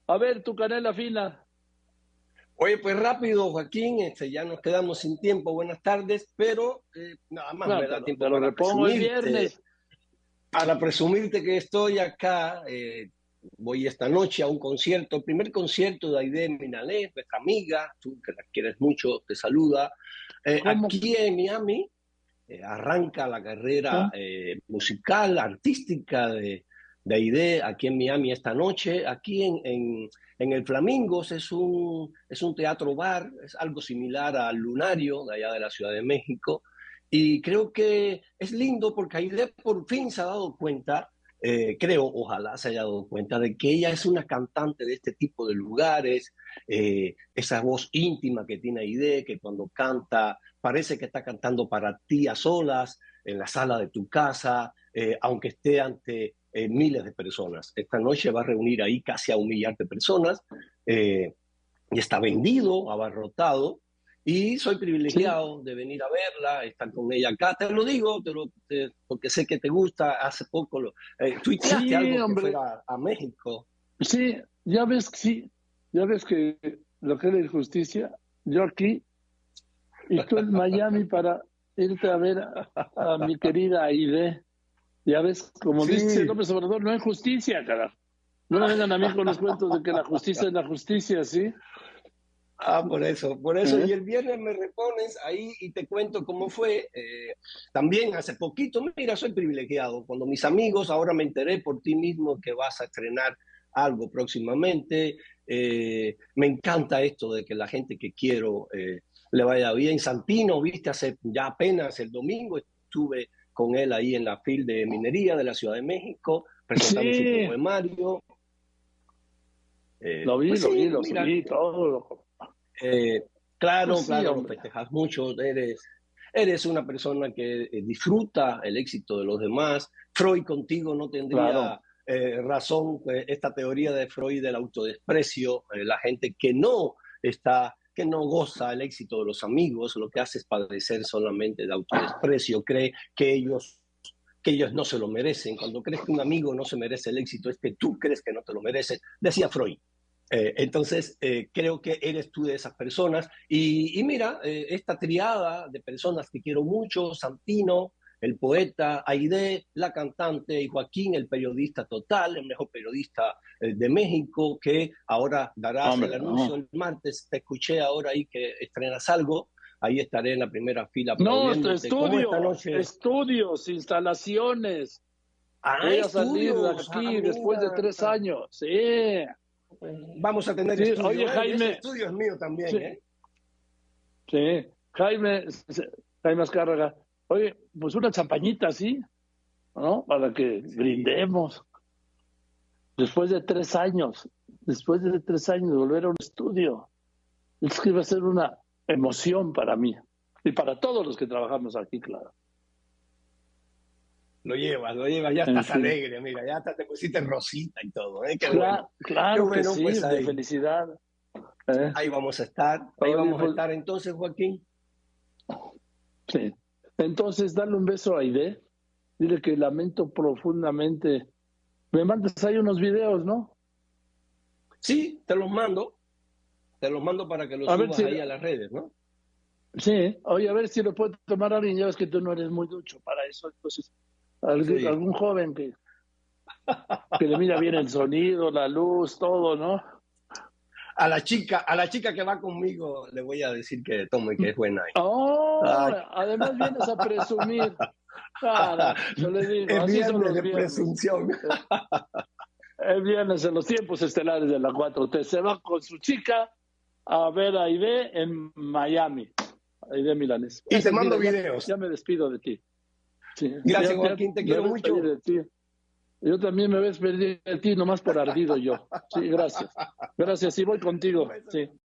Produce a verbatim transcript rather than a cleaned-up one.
A ver, tu canela fina. Oye, pues rápido, Joaquín, este, ya nos quedamos sin tiempo. Buenas tardes, pero eh, nada más No, me te da lo, tiempo te lo para repongo el presumirte, viernes. para presumirte que estoy acá. Eh, voy esta noche a un concierto, el primer concierto de Aide Milanés, nuestra amiga, tú que la quieres mucho, te saluda. Eh, ¿Cómo? aquí en Miami eh, arranca la carrera ¿Ah? eh, musical, artística de, de Aide aquí en Miami esta noche. Aquí en, en, en el Flamingos es un, es un teatro bar, es algo similar al Lunario de allá de la Ciudad de México. Y creo que es lindo porque Aide por fin se ha dado cuenta, eh, creo, ojalá se haya dado cuenta de que ella es una cantante de este tipo de lugares, eh, esa voz íntima que tiene Aide, que cuando canta parece que está cantando para ti a solas, en la sala de tu casa, eh, aunque esté ante eh, miles de personas. Esta noche va a reunir ahí casi a un millar de personas eh, y está vendido, abarrotado. Y soy Sí, privilegiado de venir a verla, estar con ella acá. Te lo digo, te lo, te, porque sé que te gusta. Hace poco lo, eh, tuiteaste sí, algo que hombre. fuera a México. Sí, ya ves que sí. Ya ves que lo que es la injusticia, yo aquí y tú en Miami para irte a ver a, a mi querida Aide. Ya ves, como dice Sí, López Obrador, no hay justicia, carajo. No me vengan a mí con los cuentos de que la justicia es la justicia, ¿sí? ah, por eso, por eso. ¿Eh? Y el viernes me repones ahí y te cuento cómo fue. Eh, también hace poquito, mira, soy privilegiado. Cuando mis amigos, ahora me enteré por ti mismo que vas a estrenar algo próximamente. Eh, me encanta esto de que la gente que quiero eh, le vaya bien. Santino, viste, hace ya apenas el domingo estuve con él ahí en la fil de minería de la Ciudad de México, presentando su Sí, poemario. lo Eh, vi, pues lo vi, sí, lo mira, seguí, todo. Lo... eh, Pues claro, sí, claro, lo hombre, festejas mucho, eres, eres una persona que eh, disfruta el éxito de los demás. Freud contigo no tendría claro. eh, razón, eh, esta teoría de Freud del autodesprecio, eh, la gente que no está, que no goza el éxito de los amigos, lo que hace es padecer solamente de autodesprecio, cree que ellos que ellos no se lo merecen. Cuando crees que un amigo no se merece el éxito, es que tú crees que no te lo mereces, decía Freud. Eh, entonces, eh, creo que eres tú de esas personas. Y, y mira, eh, esta triada de personas que quiero mucho, Santino, el poeta, Aide, la cantante, y Joaquín, el periodista total, el mejor periodista eh, de México, que ahora darás Hombre, el anuncio no. el martes. Te escuché ahora ahí que estrenas algo. Ahí estaré en la primera fila No, esto- aplaudiéndote. ¿Cómo esta estudio, noche? estudios, instalaciones. Ah, Voy a salir de estudios. Ah, aquí después de mira. tres años. Sí, Vamos a tener sí. Oye, estudio, ¿eh? Y ese Jaime, estudio es mío sí, también, ¿eh? sí. Jaime, Jaime Azcárraga. Oye, pues una champañita, ¿sí? ¿No? Para que Sí. brindemos. Después de tres años, después de tres años de volver a un estudio. Es que va a ser una emoción para mí y para todos los que trabajamos aquí, claro. Lo llevas, lo llevas, ya En estás fin. alegre, mira, ya hasta te pusiste rosita y todo, ¿eh? Qué bueno. Claro, Qué claro que bueno, sí, pues de ahí, felicidad. ¿Eh? ahí vamos a estar, ahí Oye, vamos a pues, estar entonces, Joaquín. sí. Entonces, dale un beso a Aide. Dile que lamento profundamente. Me mandas ahí unos videos, ¿no? Sí, te los mando, te los mando para que los A ver subas si, ahí a las redes, ¿no? sí, oye, a ver si lo puede tomar alguien. Ya ves que tú no eres muy ducho para eso. Entonces, algún, Sí. algún joven que, que le mira bien el sonido, la luz, todo, ¿no? A la chica, a la chica que va conmigo le voy a decir que tome, que es buena ahí. Oh, Ay, además vienes a presumir. Carajo, yo le digo, es así son viernes los de viernes. presunción. Eh, El viernes en los tiempos estelares de la cuatro T. Se va con su chica a ver a Aide en Miami. Aide Milanés. Y te Ese, mando mira, ya, videos. ya me despido de ti. Sí, ya, Gracias, ya Joaquín, te me quiero voy a despedir mucho. de ti. Yo también me voy a despedir de ti, nomás por ardido yo. Sí, gracias. Gracias, y voy contigo. Bueno. Sí.